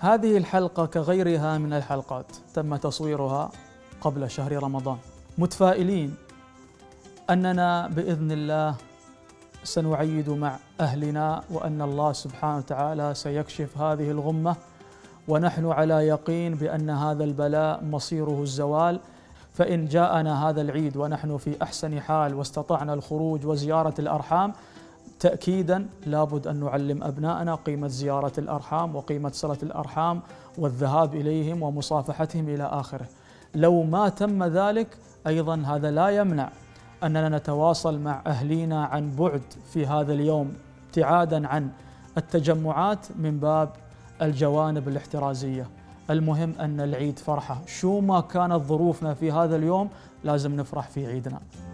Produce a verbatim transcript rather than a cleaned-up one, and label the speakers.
Speaker 1: هذه الحلقة كغيرها من الحلقات تم تصويرها قبل شهر رمضان، متفائلين أننا بإذن الله سنعيد مع أهلنا، وأن الله سبحانه وتعالى سيكشف هذه الغمة، ونحن على يقين بأن هذا البلاء مصيره الزوال. فإن جاءنا هذا العيد ونحن في أحسن حال واستطعنا الخروج وزيارة الأرحام، تأكيداً لابد أن نعلم أبنائنا قيمة زيارة الأرحام وقيمة صلة الأرحام والذهاب إليهم ومصافحتهم إلى آخره. لو ما تم ذلك أيضاً هذا لا يمنع أننا نتواصل مع أهلينا عن بعد في هذا اليوم، ابتعاداً عن التجمعات من باب الجوانب الاحترازية. المهم أن العيد فرحة، شو ما كانت ظروفنا في هذا اليوم لازم نفرح في عيدنا.